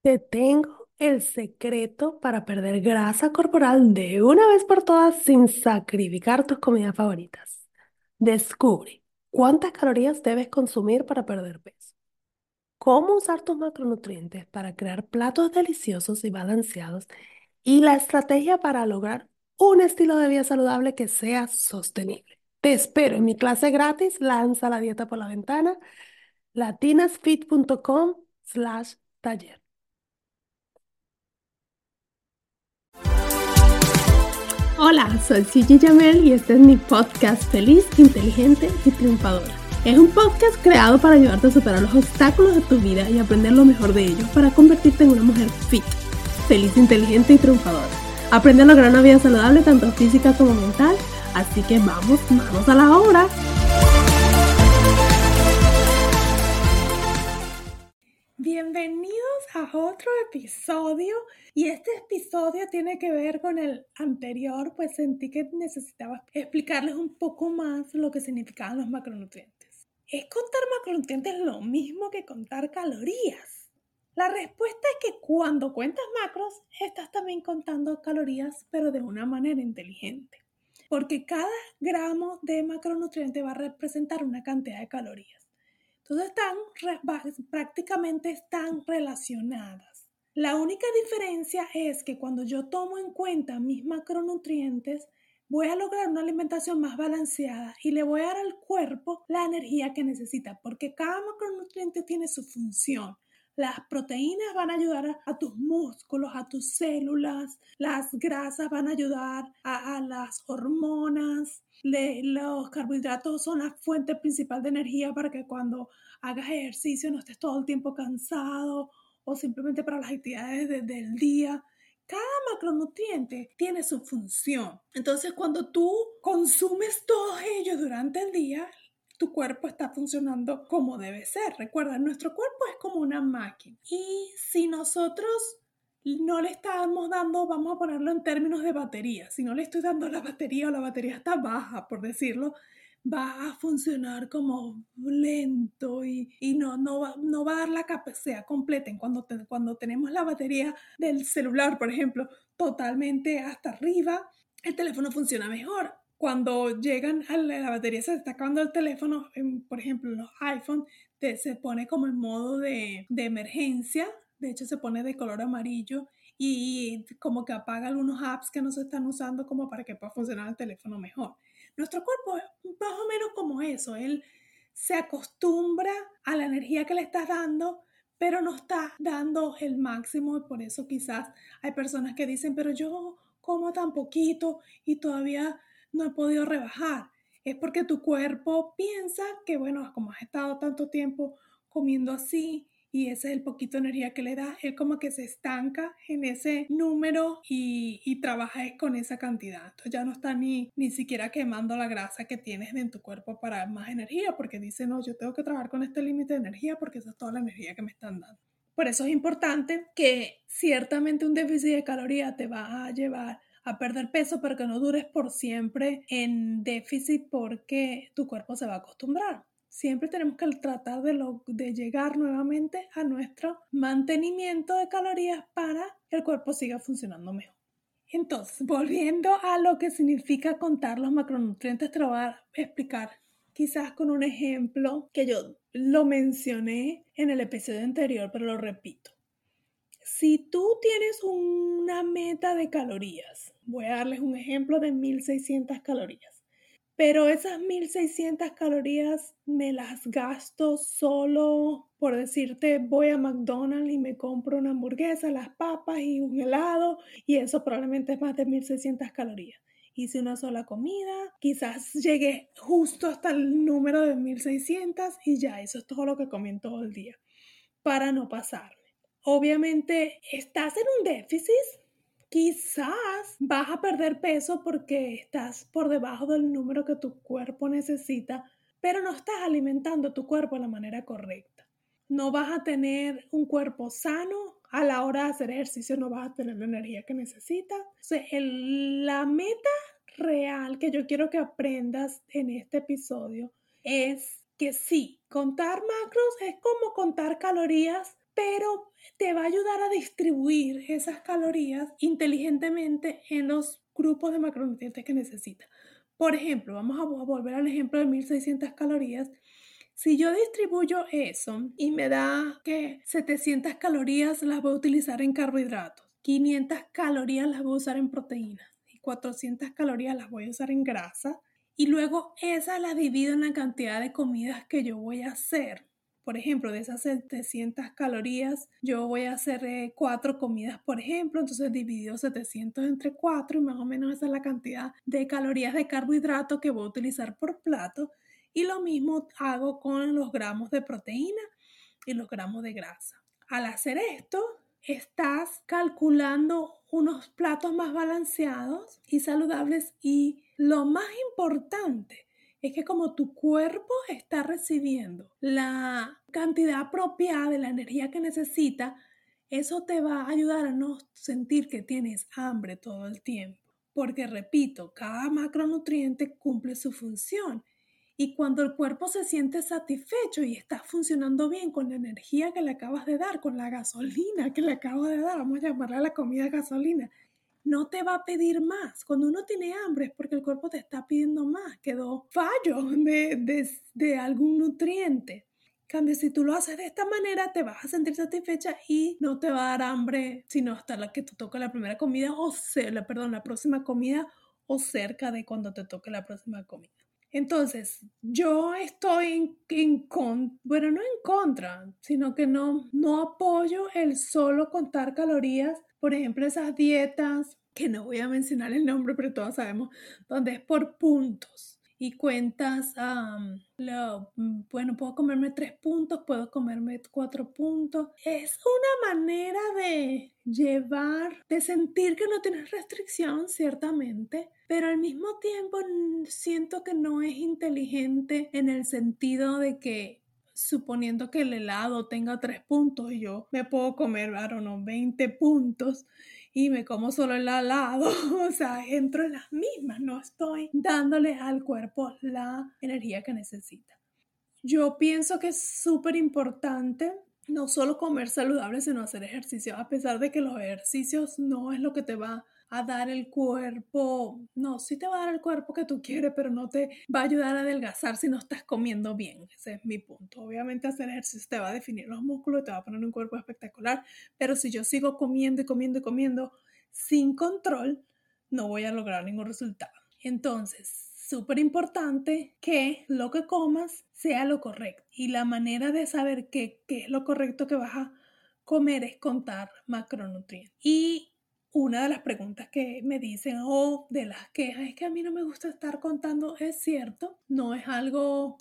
Te tengo el secreto para perder grasa corporal de una vez por todas sin sacrificar tus comidas favoritas. Descubre cuántas calorías debes consumir para perder peso, cómo usar tus macronutrientes para crear platos deliciosos y balanceados y la estrategia para lograr un estilo de vida saludable que sea sostenible. Te espero en mi clase gratis, Lanza la dieta por la ventana, latinasfit.com/taller. Hola, soy Gigi Jamel y este es mi podcast Feliz, Inteligente y Triunfadora. Es un podcast creado para ayudarte a superar los obstáculos de tu vida y aprender lo mejor de ellos para convertirte en una mujer fit, feliz, inteligente y triunfadora. Aprende a lograr una vida saludable tanto física como mental, así que vamos a la obra. Bienvenidos a otro episodio y este episodio tiene que ver con el anterior, pues sentí que necesitaba explicarles un poco más lo que significaban los macronutrientes. ¿Es contar macronutrientes lo mismo que contar calorías? La respuesta es que cuando cuentas macros, estás también contando calorías, pero de una manera inteligente, porque cada gramo de macronutriente va a representar una cantidad de calorías. Entonces prácticamente están relacionadas. La única diferencia es que cuando yo tomo en cuenta mis macronutrientes, voy a lograr una alimentación más balanceada y le voy a dar al cuerpo la energía que necesita, porque cada macronutriente tiene su función. Las proteínas van a ayudar a tus músculos, a tus células. Las grasas van a ayudar a las hormonas. Los carbohidratos son la fuente principal de energía para que cuando hagas ejercicio no estés todo el tiempo cansado o simplemente para las actividades del día. Cada macronutriente tiene su función. Entonces, cuando tú consumes todos ellos durante el día, tu cuerpo está funcionando como debe ser. Recuerda, nuestro cuerpo es como una máquina. Y si nosotros no le estamos dando, vamos a ponerlo en términos de batería, si no le estoy dando la batería o la batería está baja, por decirlo, va a funcionar como lento y no va a dar la capacidad completa. Cuando tenemos la batería del celular, por ejemplo, totalmente hasta arriba, el teléfono funciona mejor. Cuando llegan a la batería, se está acabando el teléfono, por ejemplo, los iPhone, se pone como en modo de emergencia. De hecho, se pone de color amarillo y como que apaga algunos apps que no se están usando como para que pueda funcionar el teléfono mejor. Nuestro cuerpo es más o menos como eso. Él se acostumbra a la energía que le estás dando, pero no está dando el máximo y por eso quizás hay personas que dicen, pero yo como tan poquito y todavía no he podido rebajar. Es porque tu cuerpo piensa que, bueno, como has estado tanto tiempo comiendo así y ese es el poquito de energía que le da, él como que se estanca en ese número y trabaja con esa cantidad. Entonces ya no está ni siquiera quemando la grasa que tienes en tu cuerpo para más energía, porque dice, no, yo tengo que trabajar con este límite de energía porque esa es toda la energía que me están dando. Por eso es importante que ciertamente un déficit de calorías te va a llevar a perder peso, pero que no dures por siempre en déficit porque tu cuerpo se va a acostumbrar. Siempre tenemos que tratar de llegar nuevamente a nuestro mantenimiento de calorías para que el cuerpo siga funcionando mejor. Entonces, volviendo a lo que significa contar los macronutrientes, te lo voy a explicar quizás con un ejemplo que yo lo mencioné en el episodio anterior, pero lo repito. Si tú tienes una meta de calorías, voy a darles un ejemplo de 1600 calorías, pero esas 1600 calorías me las gasto solo, por decirte, voy a McDonald's y me compro una hamburguesa, las papas y un helado, y eso probablemente es más de 1600 calorías. Hice una sola comida, quizás llegué justo hasta el número de 1600 y ya, eso es todo lo que comí en todo el día, para no pasar. Obviamente estás en un déficit, quizás vas a perder peso porque estás por debajo del número que tu cuerpo necesita, pero no estás alimentando tu cuerpo de la manera correcta. No vas a tener un cuerpo sano a la hora de hacer ejercicio, no vas a tener la energía que necesitas. Entonces, la meta real que yo quiero que aprendas en este episodio es que sí, contar macros es como contar calorías, pero te va a ayudar a distribuir esas calorías inteligentemente en los grupos de macronutrientes que necesitas. Por ejemplo, vamos a volver al ejemplo de 1600 calorías. Si yo distribuyo eso y me da que 700 calorías las voy a utilizar en carbohidratos, 500 calorías las voy a usar en proteínas y 400 calorías las voy a usar en grasa, y luego esas las divido en la cantidad de comidas que yo voy a hacer. Por ejemplo, de esas 700 calorías, yo voy a hacer 4 comidas, por ejemplo, entonces divido 700 entre 4 y más o menos esa es la cantidad de calorías de carbohidrato que voy a utilizar por plato. Y lo mismo hago con los gramos de proteína y los gramos de grasa. Al hacer esto, estás calculando unos platos más balanceados y saludables, y lo más importante es que como tu cuerpo está recibiendo la cantidad apropiada de la energía que necesita, eso te va a ayudar a no sentir que tienes hambre todo el tiempo. Porque repito, cada macronutriente cumple su función. Y cuando el cuerpo se siente satisfecho y está funcionando bien con la energía que le acabas de dar, con la gasolina que le acabas de dar, vamos a llamarla la comida gasolina, no te va a pedir más. Cuando uno tiene hambre es porque el cuerpo te está pidiendo más, quedó fallo de algún nutriente. En cambio, si tú lo haces de esta manera, te vas a sentir satisfecha y no te va a dar hambre, sino hasta la que te toque la primera comida la próxima comida, o cerca de cuando te toque la próxima comida. Entonces, yo estoy bueno, no en contra, sino que no apoyo el solo contar calorías. Por ejemplo, esas dietas, que no voy a mencionar el nombre, pero todos sabemos, donde es por puntos. Y cuentas, bueno, puedo comerme 3 puntos, puedo comerme 4 puntos. Es una manera de de sentir que no tienes restricción, ciertamente, pero al mismo tiempo siento que no es inteligente en el sentido de que, suponiendo que el helado tenga 3 puntos y yo me puedo comer, I don't know, 20 puntos y me como solo el helado, o sea, entro en las mismas, no estoy dándole al cuerpo la energía que necesita. Yo pienso que es súper importante no solo comer saludable, sino hacer ejercicio, a pesar de que los ejercicios no es lo que te va a dar el cuerpo, no, sí te va a dar el cuerpo que tú quieres, pero no te va a ayudar a adelgazar si no estás comiendo bien. Ese es mi punto. Obviamente hacer ejercicio te va a definir los músculos, te va a poner un cuerpo espectacular, pero si yo sigo comiendo y comiendo y comiendo sin control, no voy a lograr ningún resultado. Entonces, súper importante que lo que comas sea lo correcto. Y la manera de saber qué es lo correcto que vas a comer es contar macronutrientes. Y una de las preguntas que me dicen o de las quejas es que a mí no me gusta estar contando. Es cierto, no es algo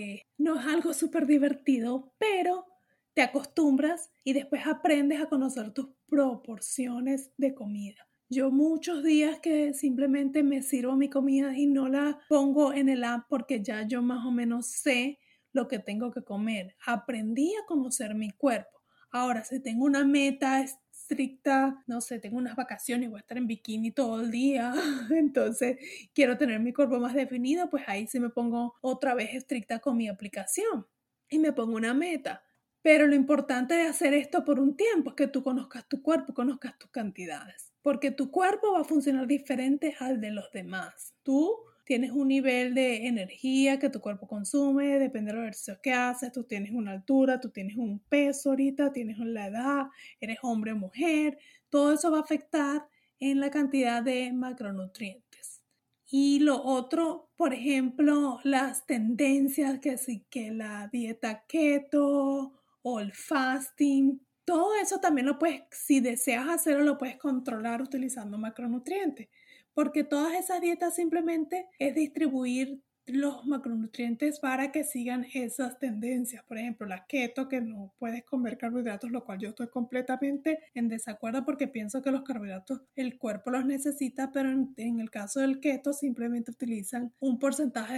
súper divertido, pero te acostumbras y después aprendes a conocer tus proporciones de comida. Yo muchos días que simplemente me sirvo mi comida y no la pongo en el app porque ya yo más o menos sé lo que tengo que comer. Aprendí a conocer mi cuerpo. Ahora, si tengo una meta estricta, no sé, tengo unas vacaciones, voy a estar en bikini todo el día, entonces quiero tener mi cuerpo más definido, pues ahí sí me pongo otra vez estricta con mi aplicación y me pongo una meta. Pero lo importante de hacer esto por un tiempo es que tú conozcas tu cuerpo, conozcas tus cantidades, porque tu cuerpo va a funcionar diferente al de los demás. Tú tienes un nivel de energía que tu cuerpo consume, depende de los ejercicios que haces, tú tienes una altura, tú tienes un peso ahorita, tienes la edad, eres hombre o mujer, todo eso va a afectar en la cantidad de macronutrientes. Y lo otro, por ejemplo, las tendencias que la dieta keto o el fasting, todo eso también lo puedes, si deseas hacerlo, lo puedes controlar utilizando macronutrientes, porque todas esas dietas simplemente es distribuir los macronutrientes para que sigan esas tendencias. Por ejemplo, la keto, que no puedes comer carbohidratos, lo cual yo estoy completamente en desacuerdo porque pienso que los carbohidratos el cuerpo los necesita, pero en el caso del keto simplemente utilizan un porcentaje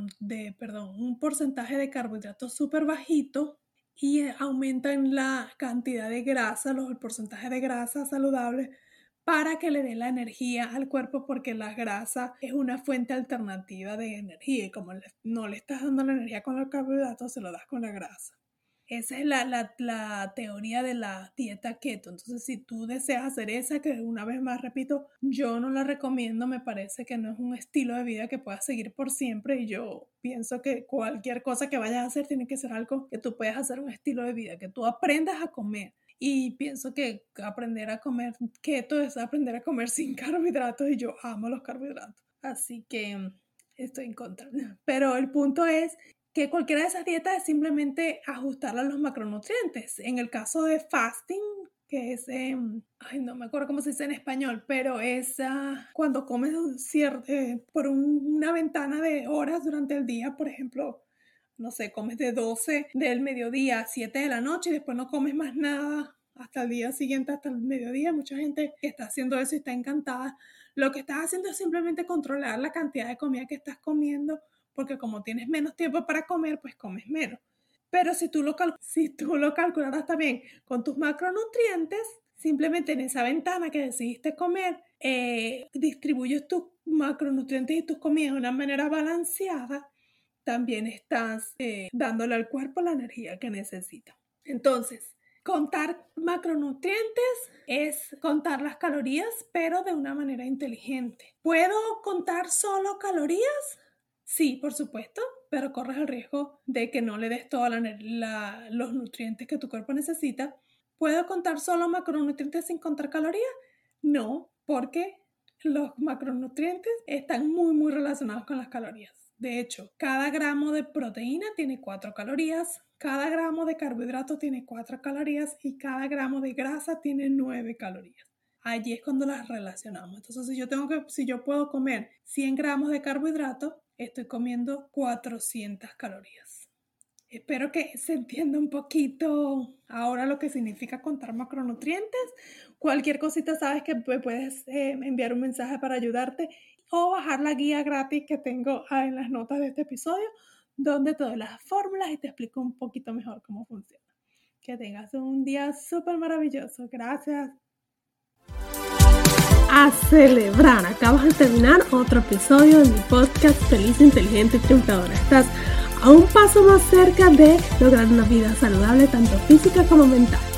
un porcentaje de carbohidratos súper bajito y aumentan la cantidad de grasa, el porcentaje de grasa saludable para que le dé la energía al cuerpo, porque la grasa es una fuente alternativa de energía y como no le estás dando la energía con los carbohidratos, se lo das con la grasa. Esa es la teoría de la dieta keto. Entonces, si tú deseas hacer esa, que una vez más repito, yo no la recomiendo, me parece que no es un estilo de vida que puedas seguir por siempre, y yo pienso que cualquier cosa que vayas a hacer tiene que ser algo que tú puedas hacer un estilo de vida, que tú aprendas a comer. Y pienso que aprender a comer keto es aprender a comer sin carbohidratos, y yo amo los carbohidratos. Así que estoy en contra. Pero el punto es que cualquiera de esas dietas es simplemente ajustar a los macronutrientes. En el caso de fasting, que es, no me acuerdo cómo se dice en español, pero es cuando comes por una ventana de horas durante el día, por ejemplo, no sé, comes de 12 del mediodía a 7 de la noche y después no comes más nada hasta el día siguiente, hasta el mediodía. Mucha gente que está haciendo eso y está encantada. Lo que estás haciendo es simplemente controlar la cantidad de comida que estás comiendo, porque como tienes menos tiempo para comer, pues comes menos. Pero si tú lo calcularas también con tus macronutrientes, simplemente en esa ventana que decidiste comer, distribuyes tus macronutrientes y tus comidas de una manera balanceada, también estás dándole al cuerpo la energía que necesita. Entonces, contar macronutrientes es contar las calorías, pero de una manera inteligente. ¿Puedo contar solo calorías? Sí, por supuesto, pero corres el riesgo de que no le des todos los nutrientes que tu cuerpo necesita. ¿Puedo contar solo macronutrientes sin contar calorías? No, porque los macronutrientes están muy, muy relacionados con las calorías. De hecho, cada gramo de proteína tiene 4 calorías, cada gramo de carbohidrato tiene 4 calorías y cada gramo de grasa tiene 9 calorías. Allí es cuando las relacionamos. Entonces, si yo puedo comer 100 gramos de carbohidrato, estoy comiendo 400 calorías. Espero que se entienda un poquito ahora lo que significa contar macronutrientes. Cualquier cosita, sabes que me puedes enviar un mensaje para ayudarte o bajar la guía gratis que tengo en las notas de este episodio, donde te doy las fórmulas y te explico un poquito mejor cómo funciona. Que tengas un día súper maravilloso. Gracias. A celebrar, acabas de terminar otro episodio de mi podcast Feliz, Inteligente y Triunfadora. Estás a un paso más cerca de lograr una vida saludable, tanto física como mental.